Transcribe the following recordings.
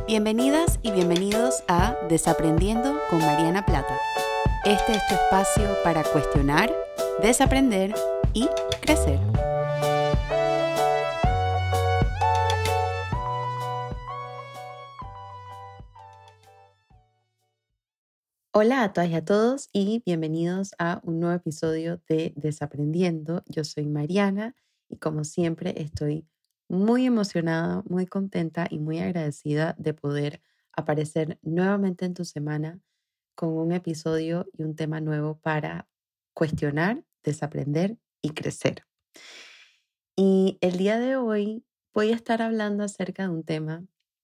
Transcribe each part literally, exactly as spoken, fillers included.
Bienvenidas y bienvenidos a Desaprendiendo con Mariana Plata. Este es tu espacio para cuestionar, desaprender y crecer. Hola a todas y a todos y bienvenidos a un nuevo episodio de Desaprendiendo. Yo soy Mariana y como siempre estoy muy emocionada, muy contenta y muy agradecida de poder aparecer nuevamente en tu semana con un episodio y un tema nuevo para cuestionar, desaprender y crecer. Y el día de hoy voy a estar hablando acerca de un tema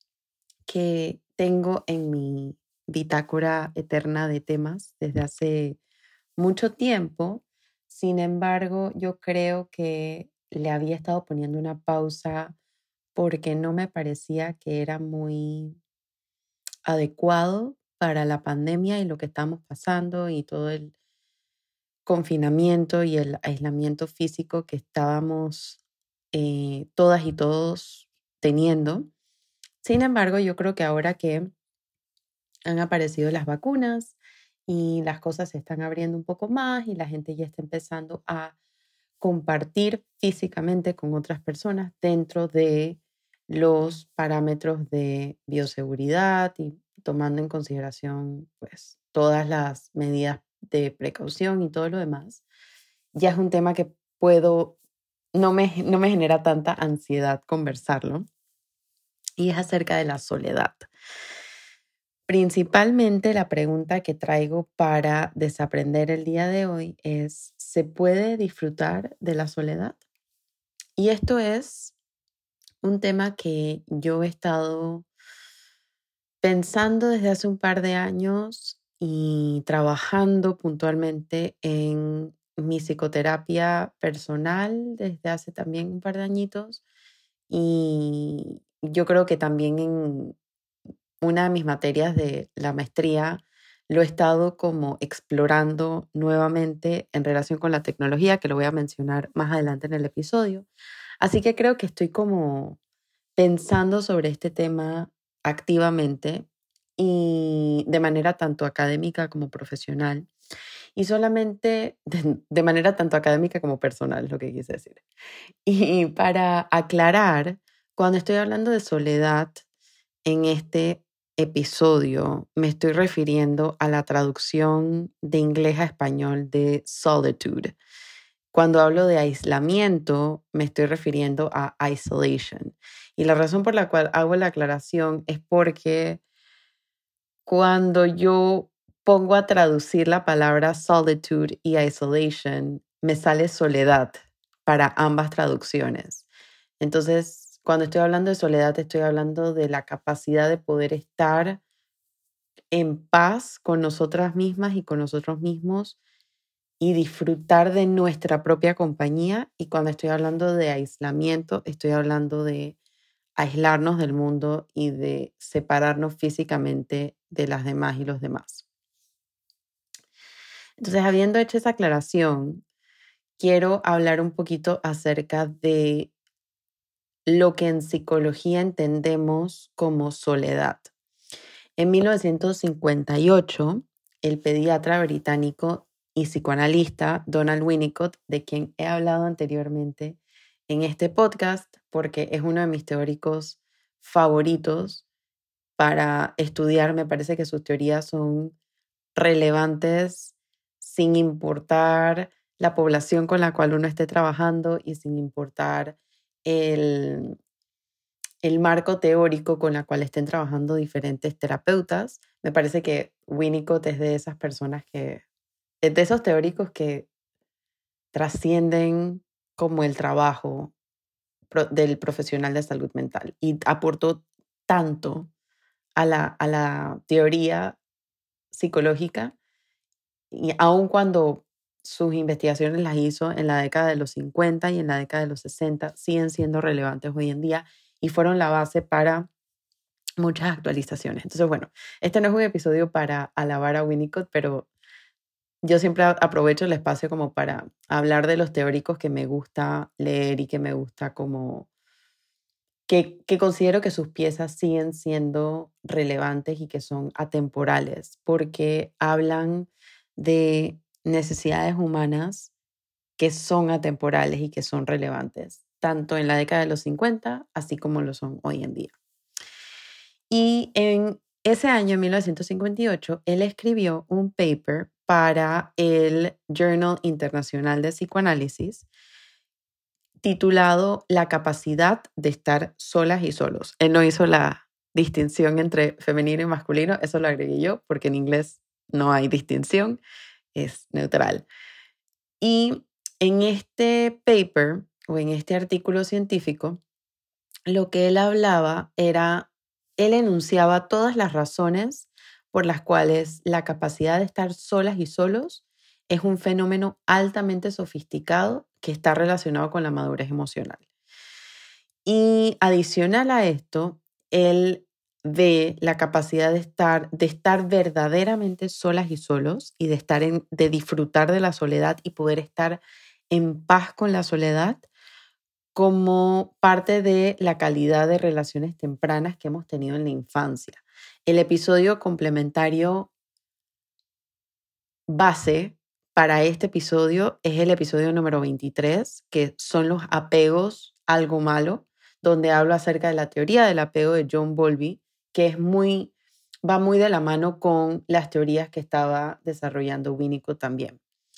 que tengo en mi bitácora eterna de temas desde hace mucho tiempo. Sin embargo, yo creo que le había estado poniendo una pausa porque no me parecía que era muy adecuado para la pandemia y lo que estamos pasando y todo el confinamiento y el aislamiento físico que estábamos eh, todas y todos teniendo. Sin embargo, yo creo que ahora que han aparecido las vacunas y las cosas se están abriendo un poco más y la gente ya está empezando a compartir físicamente con otras personas dentro de los parámetros de bioseguridad y tomando en consideración pues todas las medidas de precaución y todo lo demás, ya es un tema que puedo, no me, no me genera tanta ansiedad conversarlo, y es acerca de la soledad. Principalmente la pregunta que traigo para desaprender el día de hoy es, ¿se puede disfrutar de la soledad? Y esto es un tema que yo he estado pensando desde hace un par de años y trabajando puntualmente en mi psicoterapia personal desde hace también un par de añitos. Y yo creo que también en una de mis materias de la maestría lo he estado como explorando nuevamente en relación con la tecnología, que lo voy a mencionar más adelante en el episodio. Así que creo que estoy como pensando sobre este tema activamente y de manera tanto académica como profesional. Y solamente de, de manera tanto académica como personal, es lo que quise decir. Y para aclarar, cuando estoy hablando de soledad en este episodio, me estoy refiriendo a la traducción de inglés a español de solitude. Cuando hablo de aislamiento, me estoy refiriendo a isolation. Y la razón por la cual hago la aclaración es porque cuando yo pongo a traducir la palabra solitude y isolation, me sale soledad para ambas traducciones. Entonces, cuando estoy hablando de soledad, estoy hablando de la capacidad de poder estar en paz con nosotras mismas y con nosotros mismos y disfrutar de nuestra propia compañía. Y cuando estoy hablando de aislamiento, estoy hablando de aislarnos del mundo y de separarnos físicamente de las demás y los demás. Entonces, habiendo hecho esa aclaración, quiero hablar un poquito acerca de lo que en psicología entendemos como soledad. En mil novecientos cincuenta y ocho, el pediatra británico y psicoanalista Donald Winnicott, de quien he hablado anteriormente en este podcast, porque es uno de mis teóricos favoritos para estudiar, me parece que sus teorías son relevantes sin importar la población con la cual uno esté trabajando y sin importar el, el marco teórico con la cual estén trabajando diferentes terapeutas. Me parece que Winnicott es de esas personas que, es de esos teóricos que trascienden como el trabajo pro- del profesional de salud mental y aportó tanto a la, a la teoría psicológica, y aun cuando sus investigaciones las hizo en la década de los cincuenta y en la década de los sesenta, siguen siendo relevantes hoy en día y fueron la base para muchas actualizaciones. Entonces, bueno, este no es un episodio para alabar a Winnicott, pero yo siempre a- aprovecho el espacio como para hablar de los teóricos que me gusta leer y que me gusta como que, que considero que sus piezas siguen siendo relevantes y que son atemporales, porque hablan de necesidades humanas que son atemporales y que son relevantes, tanto en la década de los cincuenta, así como lo son hoy en día. Y en ese año, en mil novecientos cincuenta y ocho, él escribió un paper para el Journal Internacional de Psicoanálisis titulado La capacidad de estar solas y solos. Él no hizo la distinción entre femenino y masculino, eso lo agregué yo, porque en inglés no hay distinción, es neutral. Y en este paper o en este artículo científico, lo que él hablaba era, él enunciaba todas las razones por las cuales la capacidad de estar solas y solos es un fenómeno altamente sofisticado que está relacionado con la madurez emocional. Y adicional a esto, él ve la capacidad de estar, de estar verdaderamente solas y solos y de, estar en, de disfrutar de la soledad y poder estar en paz con la soledad como parte de la calidad de relaciones tempranas que hemos tenido en la infancia. El episodio complementario base para este episodio es el episodio número veintitrés, que son los apegos a algo malo, donde hablo acerca de la teoría del apego de John Bowlby, que es muy, va muy de la mano con las teorías que estaba desarrollando Winnicott también.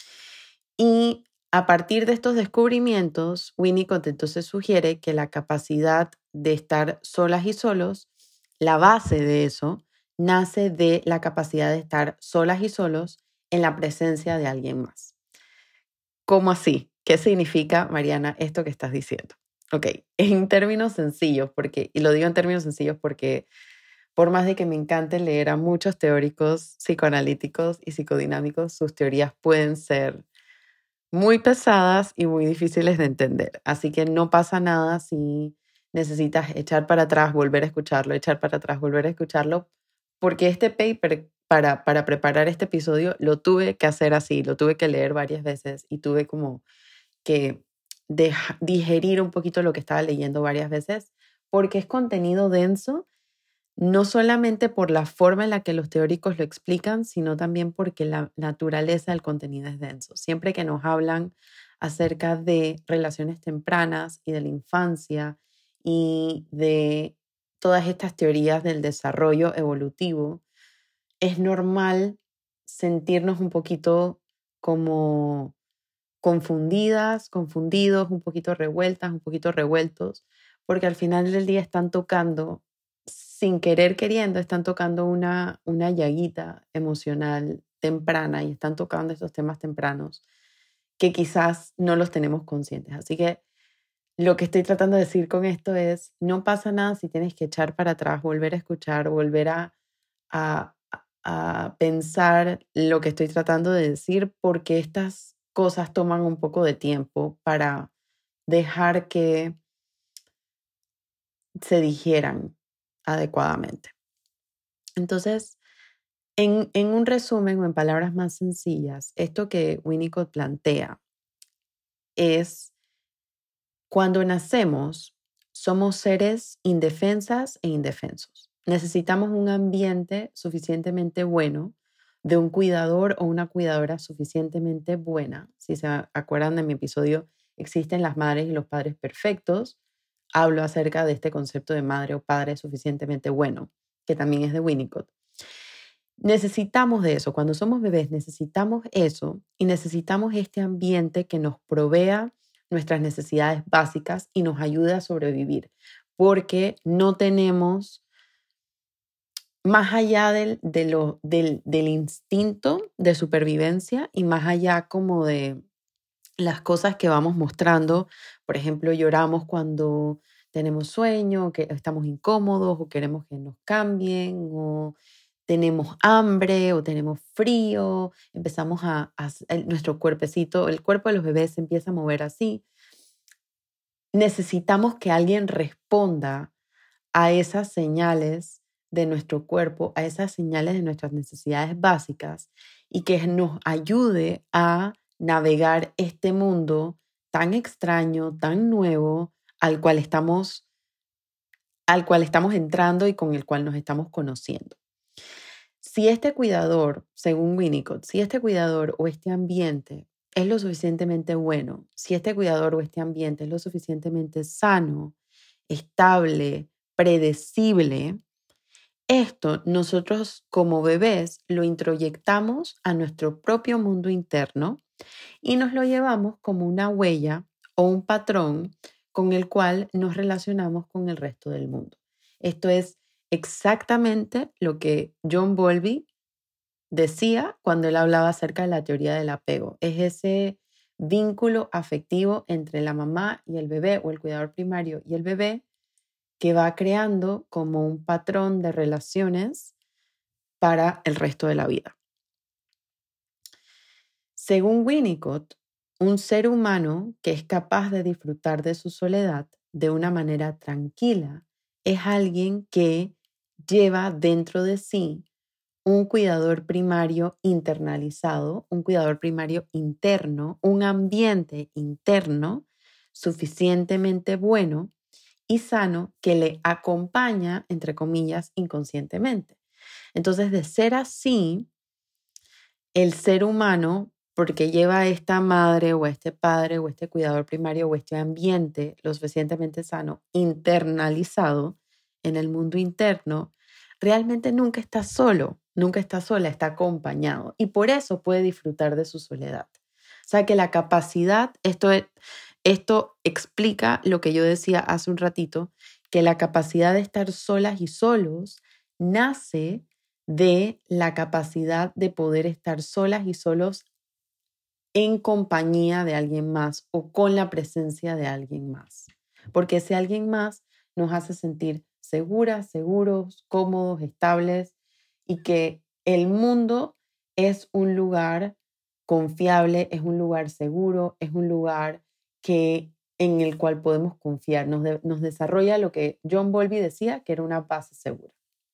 Y a partir de estos descubrimientos, Winnicott entonces sugiere que la capacidad de estar solas y solos, la base de eso, nace de la capacidad de estar solas y solos en la presencia de alguien más. ¿Cómo así? ¿Qué significa, Mariana, esto que estás diciendo? Ok, en términos sencillos, porque, y lo digo en términos sencillos porque por más de que me encante leer a muchos teóricos psicoanalíticos y psicodinámicos, sus teorías pueden ser muy pesadas y muy difíciles de entender. Así que no pasa nada si necesitas echar para atrás, volver a escucharlo, echar para atrás, volver a escucharlo, porque este paper para, para preparar este episodio lo tuve que hacer así, lo tuve que leer varias veces y tuve como que deja, digerir un poquito lo que estaba leyendo varias veces, porque es contenido denso, no solamente por la forma en la que los teóricos lo explican, sino también porque la naturaleza del contenido es denso. Siempre que nos hablan acerca de relaciones tempranas y de la infancia y de todas estas teorías del desarrollo evolutivo, es normal sentirnos un poquito como confundidas, confundidos, un poquito revueltas, un poquito revueltos, porque al final del día están tocando, sin querer queriendo, están tocando una, una llaguita emocional temprana y están tocando estos temas tempranos que quizás no los tenemos conscientes. Así que lo que estoy tratando de decir con esto es, no pasa nada si tienes que echar para atrás, volver a escuchar, volver a, a, a pensar lo que estoy tratando de decir, porque estas cosas toman un poco de tiempo para dejar que se digieran adecuadamente. Entonces, en, en un resumen o en palabras más sencillas, esto que Winnicott plantea es cuando nacemos, somos seres indefensas e indefensos. Necesitamos un ambiente suficientemente bueno, de un cuidador o una cuidadora suficientemente buena. Si se acuerdan de mi episodio, existen las madres y los padres perfectos. Hablo acerca de este concepto de madre o padre suficientemente bueno, que también es de Winnicott. Necesitamos de eso. Cuando somos bebés necesitamos eso y necesitamos este ambiente que nos provea nuestras necesidades básicas y nos ayude a sobrevivir, porque no tenemos, más allá del, de lo, del, del instinto de supervivencia y más allá como de las cosas que vamos mostrando. Por ejemplo, lloramos cuando tenemos sueño, que estamos incómodos o queremos que nos cambien, o tenemos hambre o tenemos frío, empezamos a, a nuestro cuerpecito, el cuerpo de los bebés se empieza a mover así. Necesitamos que alguien responda a esas señales de nuestro cuerpo, a esas señales de nuestras necesidades básicas y que nos ayude a navegar este mundo tan extraño, tan nuevo, al cual estamos al cual estamos entrando y con el cual nos estamos conociendo. Si este cuidador, según Winnicott, si este cuidador o este ambiente es lo suficientemente bueno, si este cuidador o este ambiente es lo suficientemente sano, estable, predecible, esto nosotros como bebés lo introyectamos a nuestro propio mundo interno y nos lo llevamos como una huella o un patrón con el cual nos relacionamos con el resto del mundo. Esto es exactamente lo que John Bowlby decía cuando él hablaba acerca de la teoría del apego. Es ese vínculo afectivo entre la mamá y el bebé o el cuidador primario y el bebé que va creando como un patrón de relaciones para el resto de la vida. Según Winnicott, un ser humano que es capaz de disfrutar de su soledad de una manera tranquila es alguien que lleva dentro de sí un cuidador primario internalizado, un cuidador primario interno, un ambiente interno suficientemente bueno y sano que le acompaña, entre comillas, inconscientemente. Entonces, de ser así, el ser humano, porque lleva a esta madre o a este padre o este cuidador primario o este ambiente lo suficientemente sano, internalizado en el mundo interno, realmente nunca está solo, nunca está sola, está acompañado y por eso puede disfrutar de su soledad. O sea que la capacidad, esto, es, esto explica lo que yo decía hace un ratito, que la capacidad de estar solas y solos nace de la capacidad de poder estar solas y solos en compañía de alguien más o con la presencia de alguien más. Porque ese alguien más nos hace sentir seguras, seguros, cómodos, estables y que el mundo es un lugar confiable, es un lugar seguro, es un lugar que, en el cual podemos confiar. Nos, de, nos desarrolla lo que John Bowlby decía que era una base segura.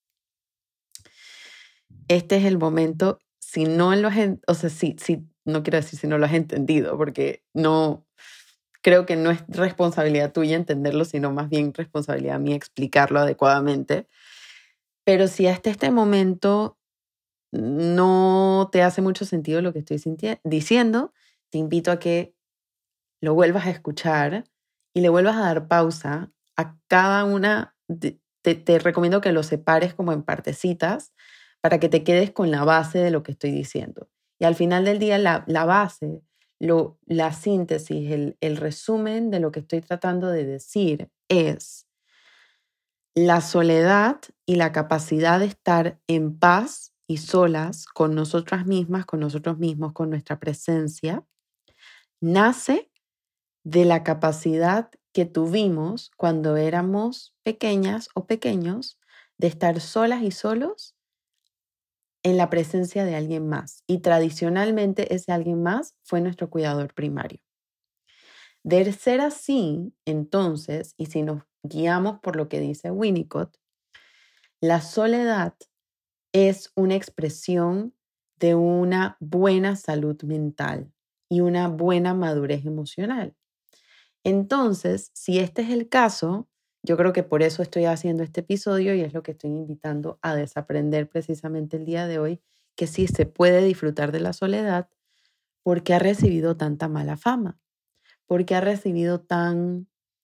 Este es el momento, si no lo has, o sea, si, si, no quiero decir si no lo has entendido, porque no, creo que no es responsabilidad tuya entenderlo, sino más bien responsabilidad mía explicarlo adecuadamente. Pero si hasta este momento no te hace mucho sentido lo que estoy diciendo, te invito a que lo vuelvas a escuchar y le vuelvas a dar pausa a cada una. De, te, te recomiendo que lo separes como en partecitas para que te quedes con la base de lo que estoy diciendo. Y al final del día, la, la base, lo, la síntesis, el, el resumen de lo que estoy tratando de decir es la soledad y la capacidad de estar en paz y solas con nosotras mismas, con nosotros mismos, con nuestra presencia, nace de la capacidad que tuvimos cuando éramos pequeñas o pequeños de estar solas y solos en la presencia de alguien más. Y tradicionalmente ese alguien más fue nuestro cuidador primario. De ser así, entonces, y si nos guiamos por lo que dice Winnicott, la soledad es una expresión de una buena salud mental y una buena madurez emocional. Entonces, si este es el caso, yo creo que por eso estoy haciendo este episodio y es lo que estoy invitando a desaprender precisamente el día de hoy, que sí se puede disfrutar de la soledad porque ha recibido tanta mala fama, porque ha recibido tan,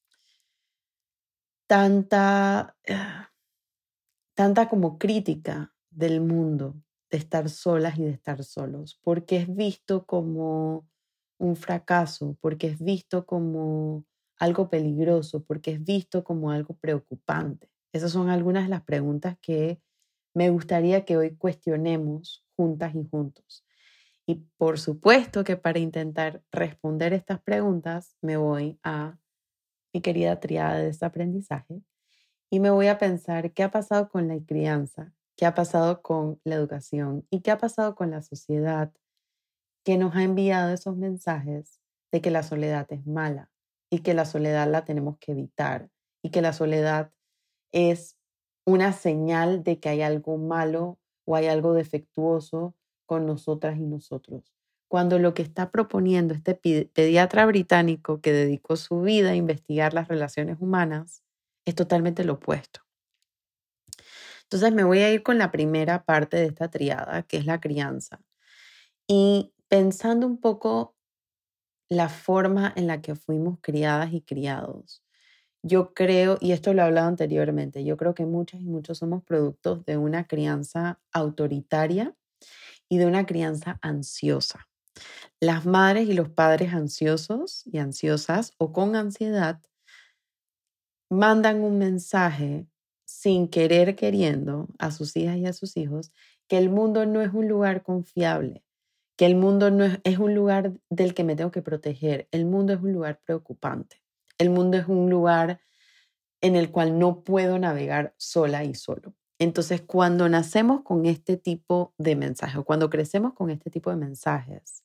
tanta, tanta como crítica del mundo de estar solas y de estar solos, porque es visto como un fracaso, porque es visto como algo peligroso, porque es visto como algo preocupante. Esas son algunas de las preguntas que me gustaría que hoy cuestionemos juntas y juntos. Y por supuesto que para intentar responder estas preguntas me voy a mi querida triada de desaprendizaje y me voy a pensar qué ha pasado con la crianza, qué ha pasado con la educación y qué ha pasado con la sociedad que nos ha enviado esos mensajes de que la soledad es mala y que la soledad la tenemos que evitar y que la soledad es una señal de que hay algo malo o hay algo defectuoso con nosotras y nosotros. Cuando lo que está proponiendo este pediatra británico que dedicó su vida a investigar las relaciones humanas es totalmente lo opuesto. Entonces me voy a ir con la primera parte de esta triada, que es la crianza. Y pensando un poco la forma en la que fuimos criadas y criados. Yo creo, y esto lo he hablado anteriormente, yo creo que muchas y muchos somos productos de una crianza autoritaria y de una crianza ansiosa. Las madres y los padres ansiosos y ansiosas o con ansiedad mandan un mensaje sin querer queriendo a sus hijas y a sus hijos que el mundo no es un lugar confiable, que el mundo no es, es un lugar del que me tengo que proteger, el mundo es un lugar preocupante, el mundo es un lugar en el cual no puedo navegar sola y solo. Entonces, cuando nacemos con este tipo de mensajes, o cuando crecemos con este tipo de mensajes,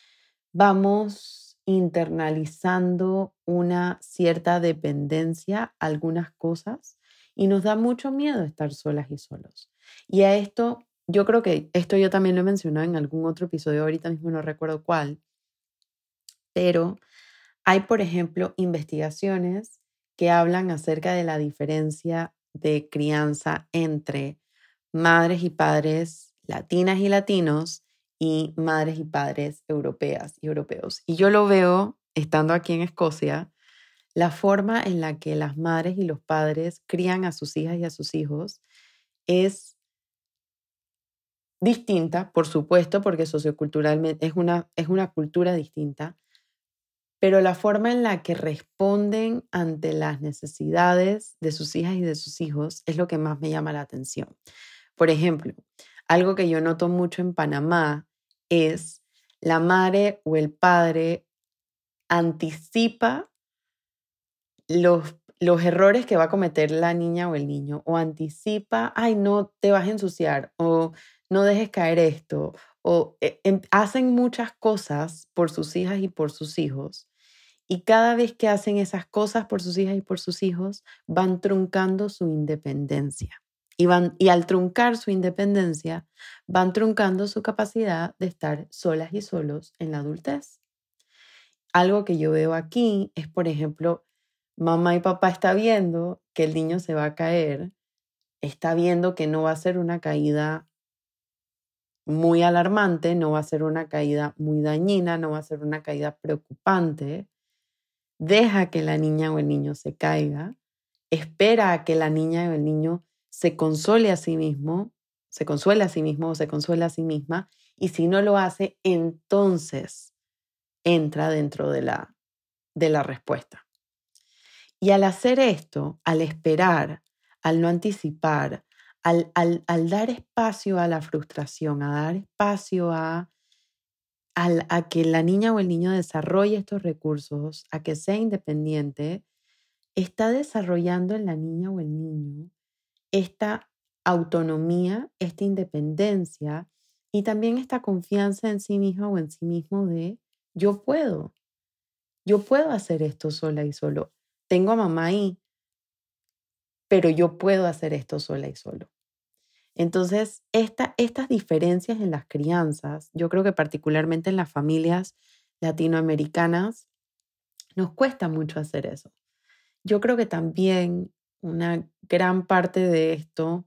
vamos internalizando una cierta dependencia a algunas cosas y nos da mucho miedo estar solas y solos. Y a esto, yo creo que esto yo también lo he mencionado en algún otro episodio, ahorita mismo no recuerdo cuál, pero hay, por ejemplo, investigaciones que hablan acerca de la diferencia de crianza entre madres y padres latinas y latinos y madres y padres europeas y europeos. Y yo lo veo, estando aquí en Escocia, la forma en la que las madres y los padres crían a sus hijas y a sus hijos es distinta, por supuesto, porque socioculturalmente es una, es una cultura distinta, pero la forma en la que responden ante las necesidades de sus hijas y de sus hijos es lo que más me llama la atención. Por ejemplo, algo que yo noto mucho en Panamá es la madre o el padre anticipa los, los errores que va a cometer la niña o el niño, o anticipa, ay, no te vas a ensuciar, o no dejes caer esto, o eh, em, hacen muchas cosas por sus hijas y por sus hijos. Y cada vez que hacen esas cosas por sus hijas y por sus hijos, van truncando su independencia. Y, van, y al truncar su independencia, van truncando su capacidad de estar solas y solos en la adultez. Algo que yo veo aquí es, por ejemplo, mamá y papá está viendo que el niño se va a caer, está viendo que no va a ser una caída muy alarmante, no va a ser una caída muy dañina, no va a ser una caída preocupante. Deja que la niña o el niño se caiga, espera a que la niña o el niño se console a sí mismo, se consuele a sí mismo o se consuele a sí misma, y si no lo hace, entonces entra dentro de la, de la respuesta. Y al hacer esto, al esperar, al no anticipar, al, al, al dar espacio a la frustración, a dar espacio a Al, a que la niña o el niño desarrolle estos recursos, a que sea independiente, está desarrollando en la niña o el niño esta autonomía, esta independencia y también esta confianza en sí misma o en sí mismo de yo puedo, yo puedo hacer esto sola y solo. Tengo a mamá ahí, pero yo puedo hacer esto sola y solo. Entonces, esta, estas diferencias en las crianzas, yo creo que particularmente en las familias latinoamericanas, nos cuesta mucho hacer eso. Yo creo que también una gran parte de esto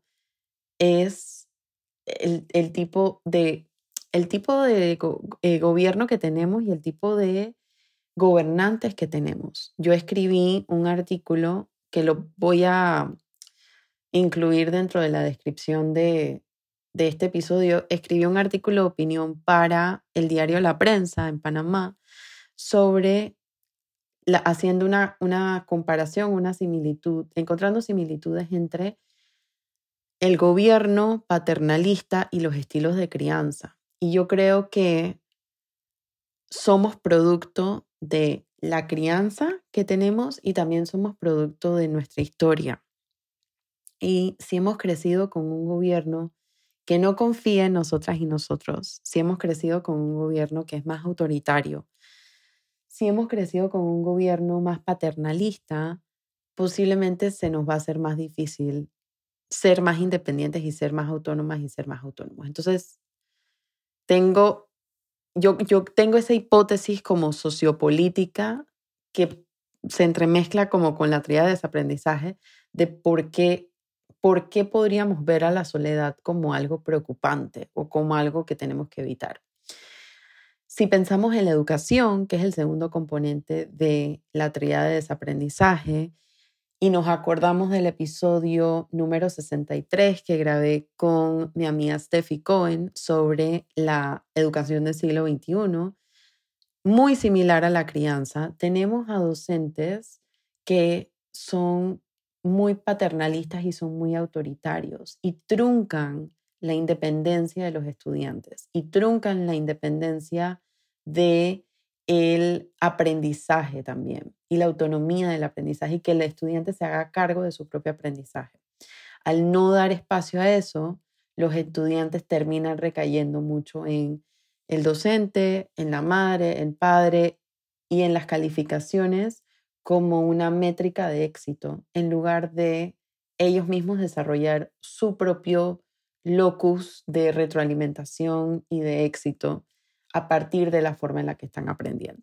es el, el tipo de, el tipo de go- eh, gobierno que tenemos y el tipo de gobernantes que tenemos. Yo escribí un artículo que lo voy a incluir dentro de la descripción de, de este episodio. Escribí un artículo de opinión para el diario La Prensa en Panamá sobre la, haciendo una, una comparación, una similitud, encontrando similitudes entre el gobierno paternalista y los estilos de crianza. Y yo creo que somos producto de la crianza que tenemos y también somos producto de nuestra historia. Y si hemos crecido con un gobierno que no confía en nosotras y nosotros, si hemos crecido con un gobierno que es más autoritario, si hemos crecido con un gobierno más paternalista, posiblemente se nos va a hacer más difícil ser más independientes y ser más autónomas y ser más autónomos. Entonces, tengo, yo, yo tengo esa hipótesis como sociopolítica que se entremezcla como con la tríada de desaprendizaje de por qué, por qué podríamos ver a la soledad como algo preocupante o como algo que tenemos que evitar. Si pensamos en la educación, que es el segundo componente de la tríada de desaprendizaje, y nos acordamos del episodio número sesenta y tres que grabé con mi amiga Steffi Cohen sobre la educación del siglo veintiuno, muy similar a la crianza, tenemos a docentes que son muy paternalistas y son muy autoritarios y truncan la independencia de los estudiantes y truncan la independencia de el aprendizaje también y la autonomía del aprendizaje y que el estudiante se haga cargo de su propio aprendizaje. Al no dar espacio a eso, los estudiantes terminan recayendo mucho en el docente, en la madre, el padre y en las calificaciones como una métrica de éxito, en lugar de ellos mismos desarrollar su propio locus de retroalimentación y de éxito a partir de la forma en la que están aprendiendo.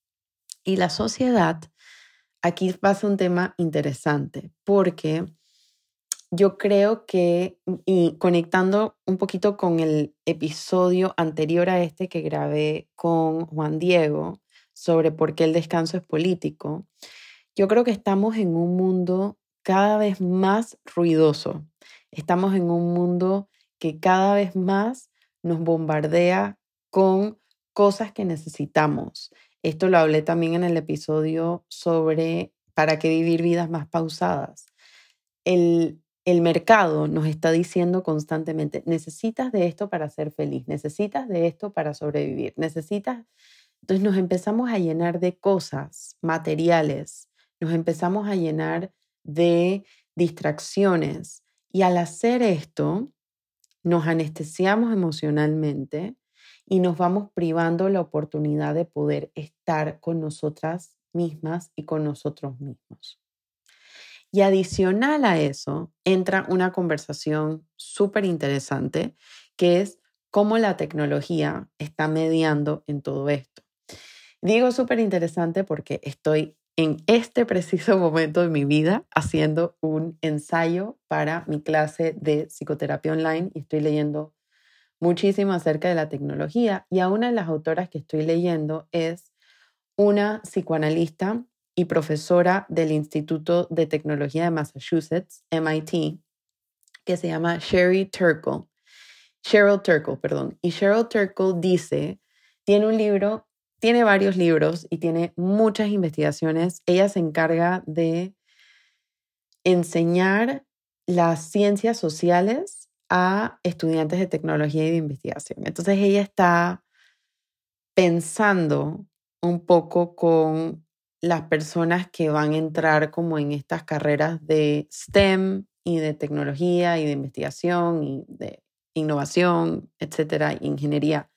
Y la sociedad, aquí pasa un tema interesante, porque yo creo que, y conectando un poquito con el episodio anterior a este que grabé con Juan Diego sobre por qué el descanso es político, yo creo que estamos en un mundo cada vez más ruidoso. Estamos en un mundo que cada vez más nos bombardea con cosas que necesitamos. Esto lo hablé también en el episodio sobre para qué vivir vidas más pausadas. El, el mercado nos está diciendo constantemente, necesitas de esto para ser feliz, necesitas de esto para sobrevivir, necesitas... Entonces nos empezamos a llenar de cosas materiales, nos empezamos a llenar de distracciones y al hacer esto nos anestesiamos emocionalmente y nos vamos privando la oportunidad de poder estar con nosotras mismas y con nosotros mismos. Y adicional a eso, entra una conversación súper interesante que es cómo la tecnología está mediando en todo esto. Digo súper interesante porque estoy en este preciso momento de mi vida haciendo un ensayo para mi clase de psicoterapia online y estoy leyendo muchísimo acerca de la tecnología y a una de las autoras que estoy leyendo es una psicoanalista y profesora del Instituto de Tecnología de Massachusetts, M I T, que se llama Sherry Turkle. Cheryl Turkle, perdón. Y Cheryl Turkle dice, tiene un libro, tiene varios libros y tiene muchas investigaciones. Ella se encarga de enseñar las ciencias sociales a estudiantes de tecnología y de investigación. Entonces ella está pensando un poco con las personas que van a entrar como en estas carreras de STEM y de tecnología y de investigación y de innovación, etcétera, ingeniería,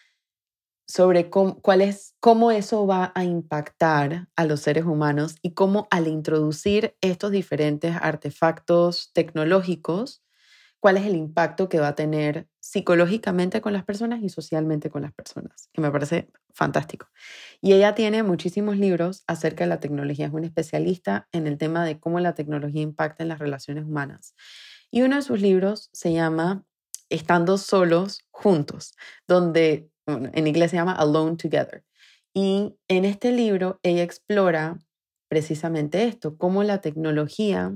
sobre cómo, cuál es, cómo eso va a impactar a los seres humanos y cómo al introducir estos diferentes artefactos tecnológicos, cuál es el impacto que va a tener psicológicamente con las personas y socialmente con las personas, que me parece fantástico. Y ella tiene muchísimos libros acerca de la tecnología, es una especialista en el tema de cómo la tecnología impacta en las relaciones humanas. Y uno de sus libros se llama Estando solos juntos, donde bueno, en inglés se llama Alone Together. Y en este libro ella explora precisamente esto, cómo la tecnología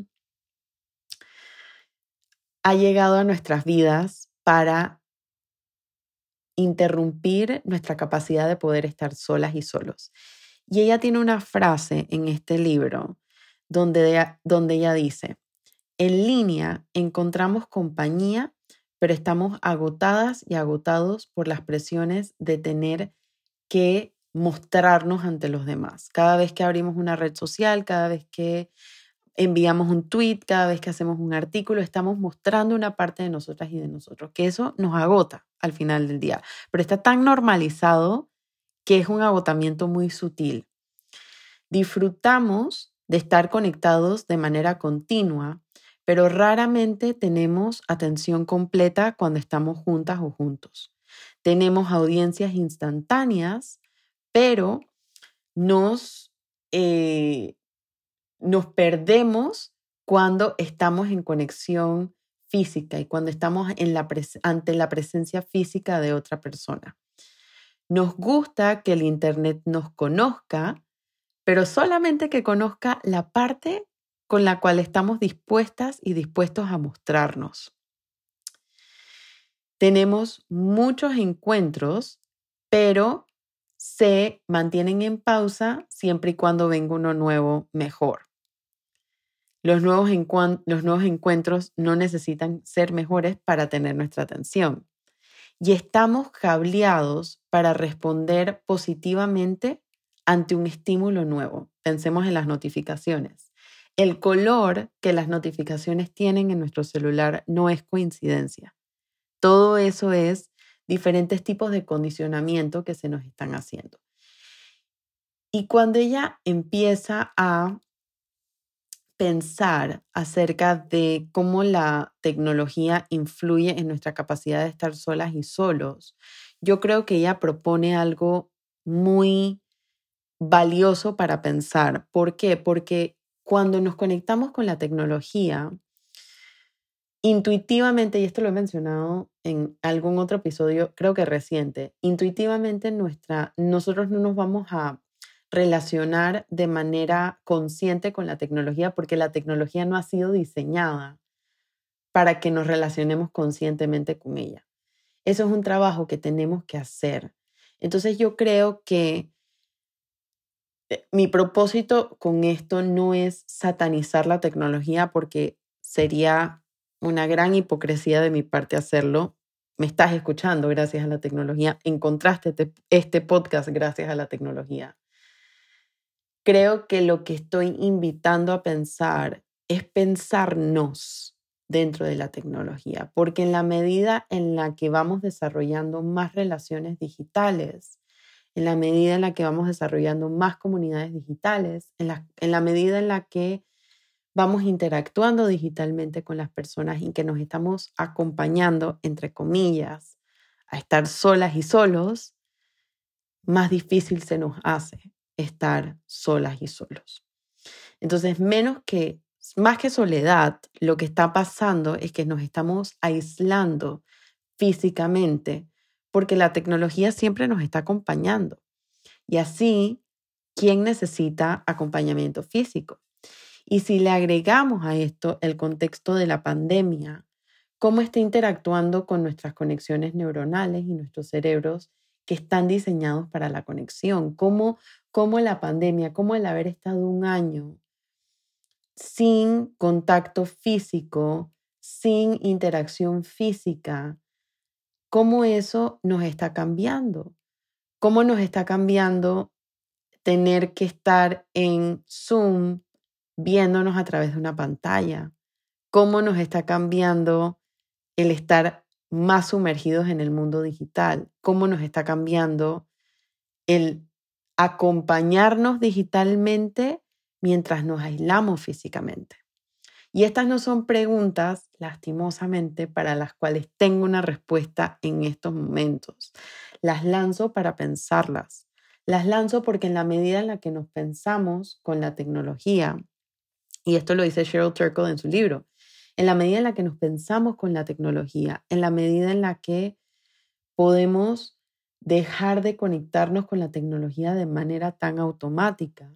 ha llegado a nuestras vidas para interrumpir nuestra capacidad de poder estar solas y solos. Y ella tiene una frase en este libro donde ella, donde ella dice, en línea encontramos compañía, pero estamos agotadas y agotados por las presiones de tener que mostrarnos ante los demás. Cada vez que abrimos una red social, cada vez que enviamos un tweet, cada vez que hacemos un artículo, estamos mostrando una parte de nosotras y de nosotros, que eso nos agota al final del día, pero está tan normalizado que es un agotamiento muy sutil. Disfrutamos de estar conectados de manera continua, pero raramente tenemos atención completa cuando estamos juntas o juntos. Tenemos audiencias instantáneas, pero nos eh, nos perdemos cuando estamos en conexión física y cuando estamos en la pres- ante la presencia física de otra persona. Nos gusta que el Internet nos conozca, pero solamente que conozca la parte con la cual estamos dispuestas y dispuestos a mostrarnos. Tenemos muchos encuentros, pero se mantienen en pausa siempre y cuando venga uno nuevo mejor. Los nuevos, encuent- los nuevos encuentros no necesitan ser mejores para tener nuestra atención. Y estamos cableados para responder positivamente ante un estímulo nuevo. Pensemos en las notificaciones. El color que las notificaciones tienen en nuestro celular no es coincidencia. Todo eso es diferentes tipos de condicionamiento que se nos están haciendo. Y cuando ella empieza a pensar acerca de cómo la tecnología influye en nuestra capacidad de estar solas y solos, yo creo que ella propone algo muy valioso para pensar. ¿Por qué? Porque cuando nos conectamos con la tecnología, intuitivamente, y esto lo he mencionado en algún otro episodio, creo que reciente, intuitivamente nuestra, nosotros no nos vamos a relacionar de manera consciente con la tecnología porque la tecnología no ha sido diseñada para que nos relacionemos conscientemente con ella. Eso es un trabajo que tenemos que hacer. Entonces yo creo que mi propósito con esto no es satanizar la tecnología porque sería una gran hipocresía de mi parte hacerlo. Me estás escuchando gracias a la tecnología. Encontraste este, este podcast gracias a la tecnología. Creo que lo que estoy invitando a pensar es pensarnos dentro de la tecnología, porque en la medida en la que vamos desarrollando más relaciones digitales, en la medida en la que vamos desarrollando más comunidades digitales, en la, en la medida en la que vamos interactuando digitalmente con las personas y que nos estamos acompañando, entre comillas, a estar solas y solos, más difícil se nos hace estar solas y solos. Entonces, menos que, más que soledad, lo que está pasando es que nos estamos aislando físicamente porque la tecnología siempre nos está acompañando. Y así, ¿quién necesita acompañamiento físico? Y si le agregamos a esto el contexto de la pandemia, cómo está interactuando con nuestras conexiones neuronales y nuestros cerebros que están diseñados para la conexión, cómo, cómo la pandemia, cómo el haber estado un año sin contacto físico, sin interacción física, cómo eso nos está cambiando, cómo nos está cambiando tener que estar en Zoom viéndonos a través de una pantalla, cómo nos está cambiando el estar más sumergidos en el mundo digital, cómo nos está cambiando el acompañarnos digitalmente mientras nos aislamos físicamente. Y estas no son preguntas, lastimosamente, para las cuales tengo una respuesta en estos momentos. Las lanzo para pensarlas. Las lanzo porque en la medida en la que nos pensamos con la tecnología, y esto lo dice Sheryl Turkle en su libro, en la medida en la que nos pensamos con la tecnología, en la medida en la que podemos dejar de conectarnos con la tecnología de manera tan automática,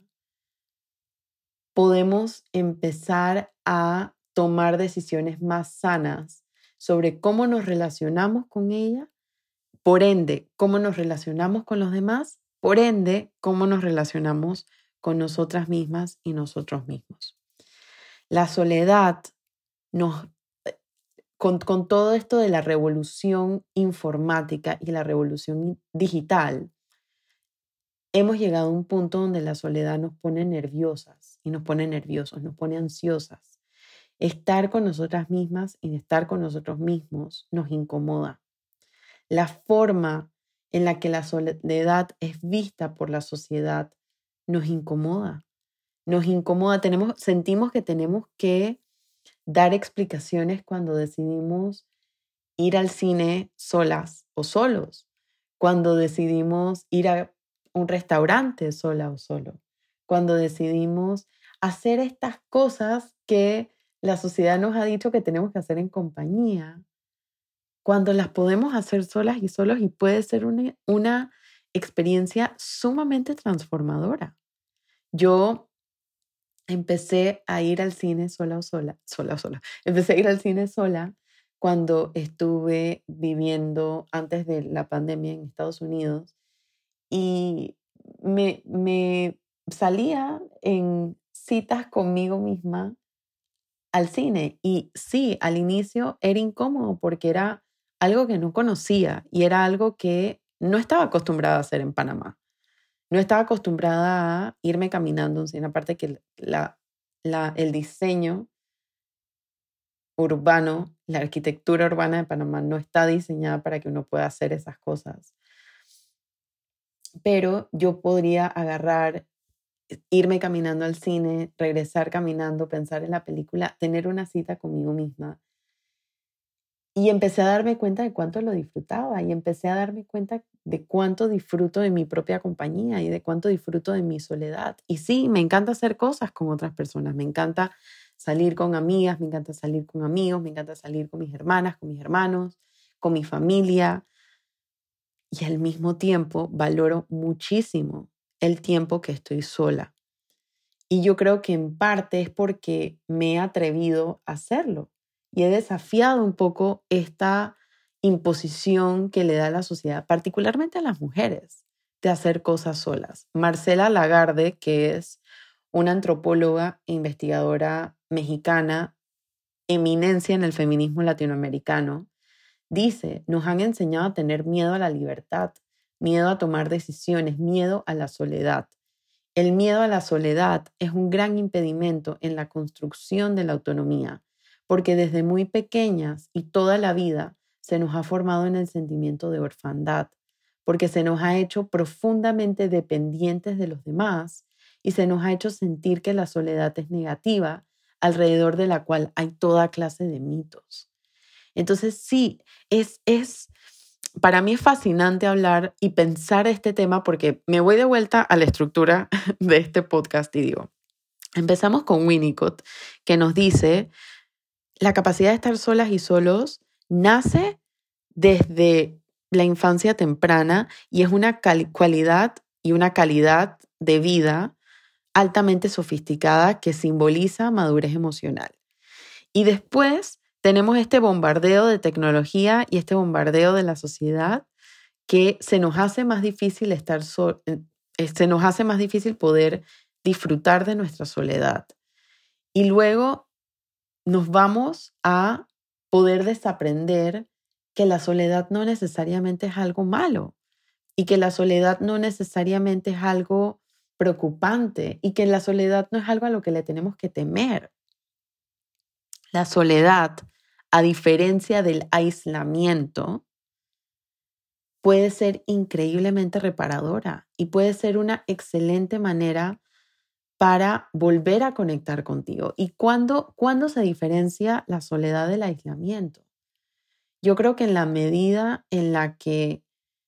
podemos empezar a tomar decisiones más sanas sobre cómo nos relacionamos con ella, por ende, cómo nos relacionamos con los demás, por ende, cómo nos relacionamos con nosotras mismas y nosotros mismos. La soledad nos, con, con todo esto de la revolución informática y la revolución digital, hemos llegado a un punto donde la soledad nos pone nerviosas y nos pone nerviosos, nos pone ansiosas. Estar con nosotras mismas y estar con nosotros mismos nos incomoda. La forma en la que la soledad es vista por la sociedad nos incomoda. Nos incomoda, tenemos, sentimos que tenemos que dar explicaciones cuando decidimos ir al cine solas o solos, cuando decidimos ir a un restaurante sola o solo, cuando decidimos hacer estas cosas que la sociedad nos ha dicho que tenemos que hacer en compañía, cuando las podemos hacer solas y solos y puede ser una, una experiencia sumamente transformadora. Yo empecé a ir al cine sola o sola, sola o sola. Empecé a ir al cine sola cuando estuve viviendo antes de la pandemia en Estados Unidos y me, me salía en citas conmigo misma al cine. Y sí, al inicio era incómodo porque era algo que no conocía y era algo que no estaba acostumbrada a hacer en Panamá. No estaba acostumbrada a irme caminando a un cine, aparte que la, la, el diseño urbano, la arquitectura urbana de Panamá no está diseñada para que uno pueda hacer esas cosas. Pero yo podría agarrar, irme caminando al cine, regresar caminando, pensar en la película, tener una cita conmigo misma. Y empecé a darme cuenta de cuánto lo disfrutaba y empecé a darme cuenta de cuánto disfruto de mi propia compañía y de cuánto disfruto de mi soledad. Y sí, me encanta hacer cosas con otras personas, me encanta salir con amigas, me encanta salir con amigos, me encanta salir con mis hermanas, con mis hermanos, con mi familia. Y al mismo tiempo valoro muchísimo el tiempo que estoy sola. Y yo creo que en parte es porque me he atrevido a hacerlo y he desafiado un poco esta imposición que le da la sociedad, particularmente a las mujeres, de hacer cosas solas. Marcela Lagarde, que es una antropóloga e investigadora mexicana, eminencia en el feminismo latinoamericano, dice, nos han enseñado a tener miedo a la libertad, miedo a tomar decisiones, miedo a la soledad. El miedo a la soledad es un gran impedimento en la construcción de la autonomía, porque desde muy pequeñas y toda la vida se nos ha formado en el sentimiento de orfandad, porque se nos ha hecho profundamente dependientes de los demás y se nos ha hecho sentir que la soledad es negativa, alrededor de la cual hay toda clase de mitos. Entonces sí, es... es para mí es fascinante hablar y pensar este tema porque me voy de vuelta a la estructura de este podcast y digo, empezamos con Winnicott, que nos dice, la capacidad de estar solas y solos nace desde la infancia temprana y es una cal- cualidad y una calidad de vida altamente sofisticada que simboliza madurez emocional. Y después tenemos este bombardeo de tecnología y este bombardeo de la sociedad que se nos hace más difícil estar so- se nos hace más difícil poder disfrutar de nuestra soledad. Y luego nos vamos a poder desaprender que la soledad no necesariamente es algo malo y que la soledad no necesariamente es algo preocupante y que la soledad no es algo a lo que le tenemos que temer. La soledad, a diferencia del aislamiento, puede ser increíblemente reparadora y puede ser una excelente manera para volver a conectar contigo. ¿Y cuándo, cuándo se diferencia la soledad del aislamiento? Yo creo que en la medida en la que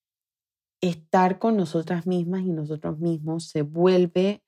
estar con nosotras mismas y nosotros mismos se vuelve,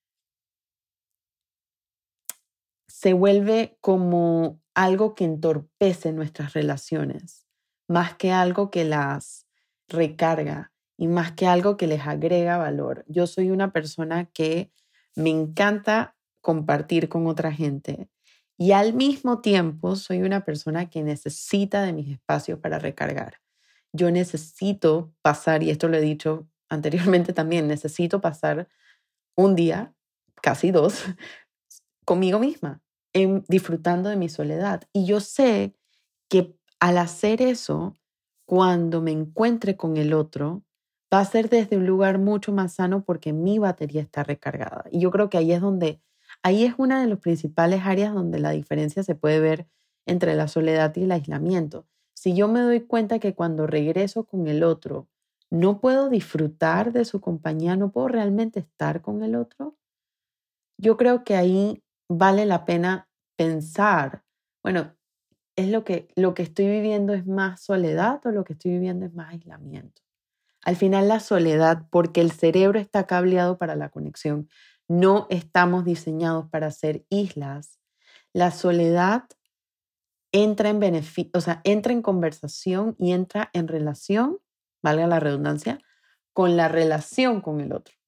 se vuelve como algo que entorpece nuestras relaciones, más que algo que las recarga y más que algo que les agrega valor. Yo soy una persona que me encanta compartir con otra gente y al mismo tiempo soy una persona que necesita de mis espacios para recargar. Yo necesito pasar, y esto lo he dicho anteriormente también, necesito pasar un día, casi dos, conmigo misma, en, disfrutando de mi soledad. Y yo sé que al hacer eso, cuando me encuentre con el otro, va a ser desde un lugar mucho más sano porque mi batería está recargada. Y yo creo que ahí es donde, ahí es una de las principales áreas donde la diferencia se puede ver entre la soledad y el aislamiento. Si yo me doy cuenta que cuando regreso con el otro, no puedo disfrutar de su compañía, no puedo realmente estar con el otro, yo creo que ahí vale la pena pensar, bueno, ¿es lo que, lo que estoy viviendo es más soledad o lo que estoy viviendo es más aislamiento? Al final la soledad, porque el cerebro está cableado para la conexión, no estamos diseñados para ser islas. La soledad entra en beneficio, o sea, entra en conversación y entra en relación, valga la redundancia, con la relación con el otro.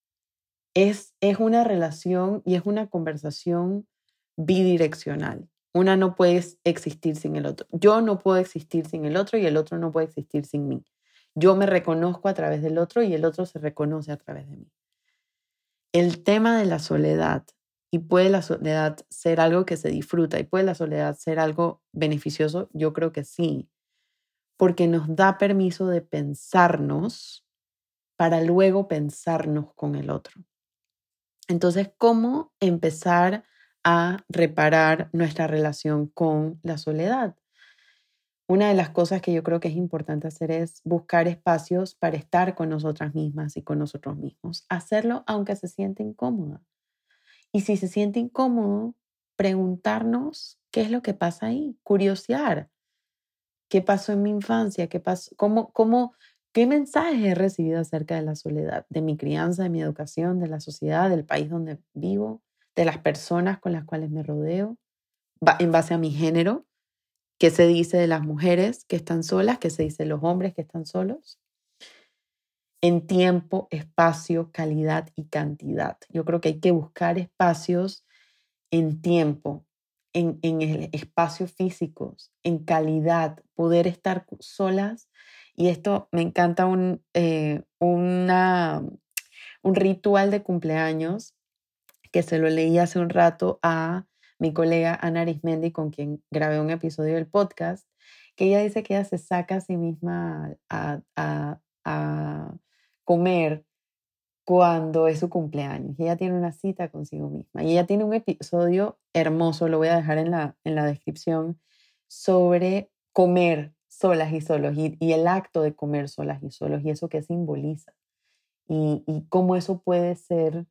Es, es una relación y es una conversación bidireccional. Una no puede existir sin el otro. Yo no puedo existir sin el otro y el otro no puede existir sin mí. Yo me reconozco a través del otro y el otro se reconoce a través de mí. El tema de la soledad, y puede la soledad ser algo que se disfruta y puede la soledad ser algo beneficioso, yo creo que sí, porque nos da permiso de pensarnos para luego pensarnos con el otro. Entonces, ¿cómo empezar a reparar nuestra relación con la soledad? Una de las cosas que yo creo que es importante hacer es buscar espacios para estar con nosotras mismas y con nosotros mismos. Hacerlo aunque se siente incómoda. Y si se siente incómodo, preguntarnos qué es lo que pasa ahí, curiosear. ¿Qué pasó en mi infancia? ¿Qué pasó? ¿Cómo, cómo, qué mensajes he recibido acerca de la soledad? De mi crianza, de mi educación, de la sociedad, del país donde vivo, de las personas con las cuales me rodeo, en base a mi género. ¿Qué se dice de las mujeres que están solas? ¿Qué se dice de los hombres que están solos? En tiempo, espacio, calidad y cantidad. Yo creo que hay que buscar espacios en tiempo, en, en el espacio físico, en calidad, poder estar solas. Y esto me encanta un, eh, una, un ritual de cumpleaños que se lo leí hace un rato a mi colega Ana Arismendi, con quien grabé un episodio del podcast, que ella dice que ella se saca a sí misma a, a, a comer cuando es su cumpleaños. Y ella tiene una cita consigo misma. Y ella tiene un episodio hermoso, lo voy a dejar en la, en la descripción, sobre comer solas y solos y, y el acto de comer solas y solos y eso que simboliza. Y, y cómo eso puede ser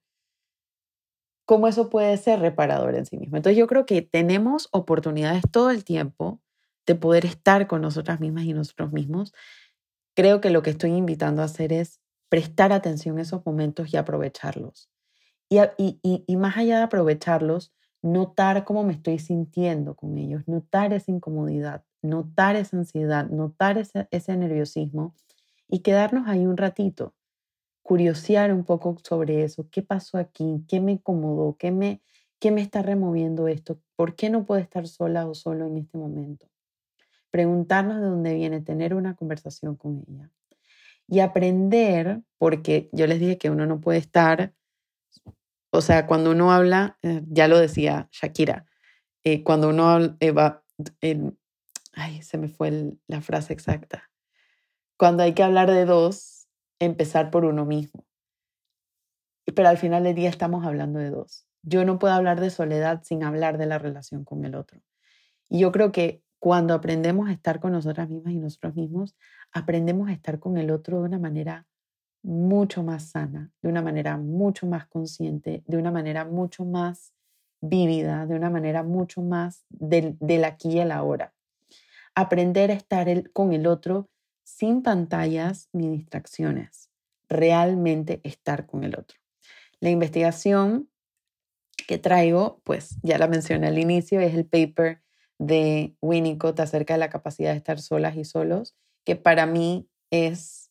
cómo eso puede ser reparador en sí mismo. Entonces yo creo que tenemos oportunidades todo el tiempo de poder estar con nosotras mismas y nosotros mismos. Creo que lo que estoy invitando a hacer es prestar atención a esos momentos y aprovecharlos. Y, y, y, y más allá de aprovecharlos, notar cómo me estoy sintiendo con ellos, notar esa incomodidad, notar esa ansiedad, notar ese, ese nerviosismo y quedarnos ahí un ratito. Curiosear un poco sobre eso. ¿Qué pasó aquí? ¿Qué me incomodó? ¿Qué me, qué me está removiendo esto? ¿Por qué no puedo estar sola o solo en este momento? Preguntarnos de dónde viene, tener una conversación con ella. Y aprender, porque yo les dije que uno no puede estar, o sea, cuando uno habla, eh, ya lo decía Shakira, eh, cuando uno habla, eh, va, eh, ay, se me fue el, la frase exacta. Cuando hay que hablar de dos, empezar por uno mismo. Pero al final del día estamos hablando de dos. Yo no puedo hablar de soledad sin hablar de la relación con el otro. Y yo creo que cuando aprendemos a estar con nosotras mismas y nosotros mismos, aprendemos a estar con el otro de una manera mucho más sana, de una manera mucho más consciente, de una manera mucho más vívida, de una manera mucho más del, del aquí y el ahora. Aprender a estar el, con el otro sin pantallas ni distracciones. Realmente estar con el otro. La investigación que traigo, pues ya la mencioné al inicio, es el paper de Winnicott acerca de la capacidad de estar solas y solos, que para mí es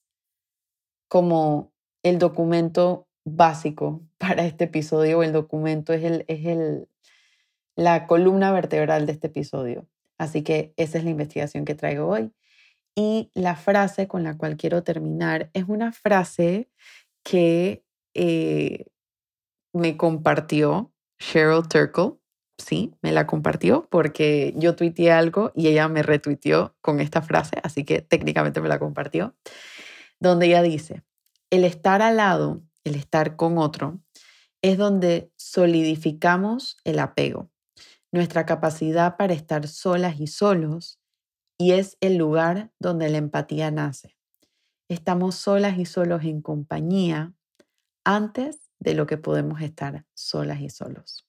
como el documento básico para este episodio. El documento es, el, es el, la columna vertebral de este episodio. Así que esa es la investigación que traigo hoy. Y la frase con la cual quiero terminar es una frase que eh, me compartió Cheryl Turkle. Sí, me la compartió porque yo tuiteé algo y ella me retuiteó con esta frase, así que técnicamente me la compartió, donde ella dice, el estar al lado, el estar con otro, es donde solidificamos el apego, nuestra capacidad para estar solas y solos, y es el lugar donde la empatía nace. Estamos solas y solos en compañía antes de lo que podemos estar solas y solos.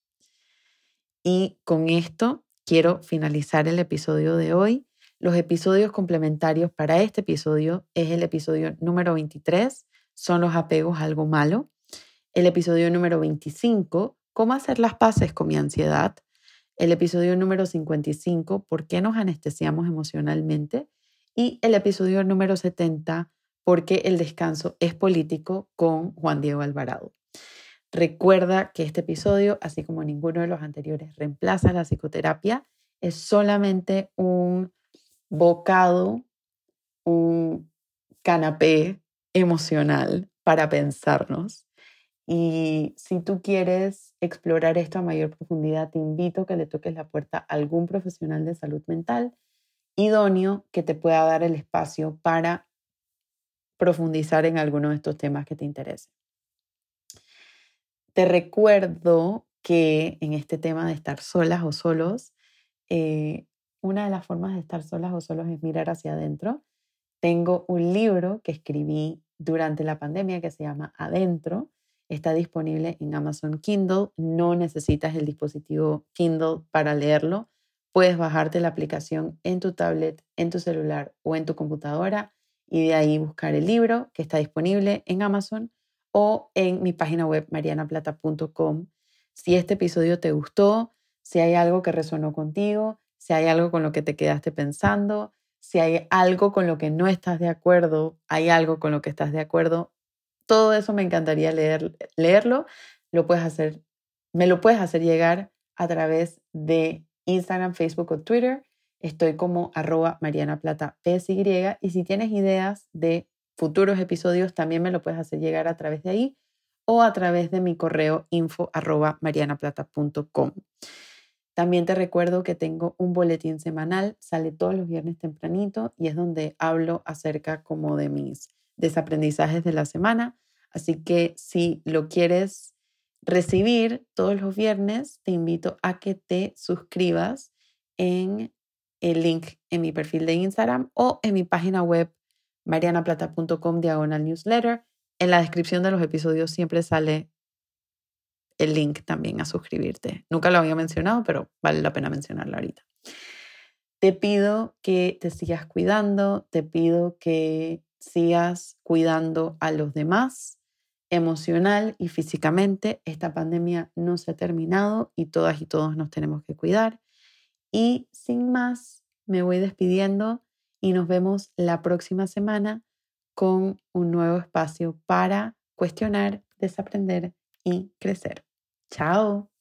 Y con esto quiero finalizar el episodio de hoy. Los episodios complementarios para este episodio es el episodio número veintitrés, son los apegos a algo malo. El episodio número veinticinco, cómo hacer las paces con mi ansiedad. El episodio número cincuenta y cinco, por qué nos anestesiamos emocionalmente. Y el episodio número setenta, por qué el descanso es político, con Juan Diego Alvarado. Recuerda que este episodio, así como ninguno de los anteriores, reemplaza la psicoterapia. Es solamente un bocado, un canapé emocional para pensarnos. Y si tú quieres explorar esto a mayor profundidad, te invito a que le toques la puerta a algún profesional de salud mental idóneo que te pueda dar el espacio para profundizar en alguno de estos temas que te interesen. Te recuerdo que en este tema de estar solas o solos, eh, una de las formas de estar solas o solos es mirar hacia adentro. Tengo un libro que escribí durante la pandemia que se llama Adentro. Está disponible en Amazon Kindle. No necesitas el dispositivo Kindle para leerlo. Puedes bajarte la aplicación en tu tablet, en tu celular o en tu computadora y de ahí buscar el libro que está disponible en Amazon o en mi página web mariana plata punto com. Si este episodio te gustó, si hay algo que resonó contigo, si hay algo con lo que te quedaste pensando, si hay algo con lo que no estás de acuerdo, hay algo con lo que estás de acuerdo, todo eso me encantaría leer, leerlo. Lo puedes hacer, me lo puedes hacer llegar a través de Instagram, Facebook o Twitter. Estoy como arroba Mariana Plata P S Y, y si tienes ideas de futuros episodios también me lo puedes hacer llegar a través de ahí o a través de mi correo info arroba mariana plata punto com. También te recuerdo que tengo un boletín semanal, sale todos los viernes tempranito y es donde hablo acerca como de mis desaprendizajes de la semana. Así que si lo quieres recibir todos los viernes, te invito a que te suscribas en el link en mi perfil de Instagram o en mi página web mariana plata punto com diagonal newsletter. En la descripción de los episodios siempre sale el link también a suscribirte. Nunca lo había mencionado, pero vale la pena mencionarlo ahorita. Te pido que te sigas cuidando, te pido que sigas cuidando a los demás emocional y físicamente. Esta pandemia no se ha terminado y todas y todos nos tenemos que cuidar. Y sin más, me voy despidiendo y nos vemos la próxima semana con un nuevo espacio para cuestionar, desaprender y crecer. Chao.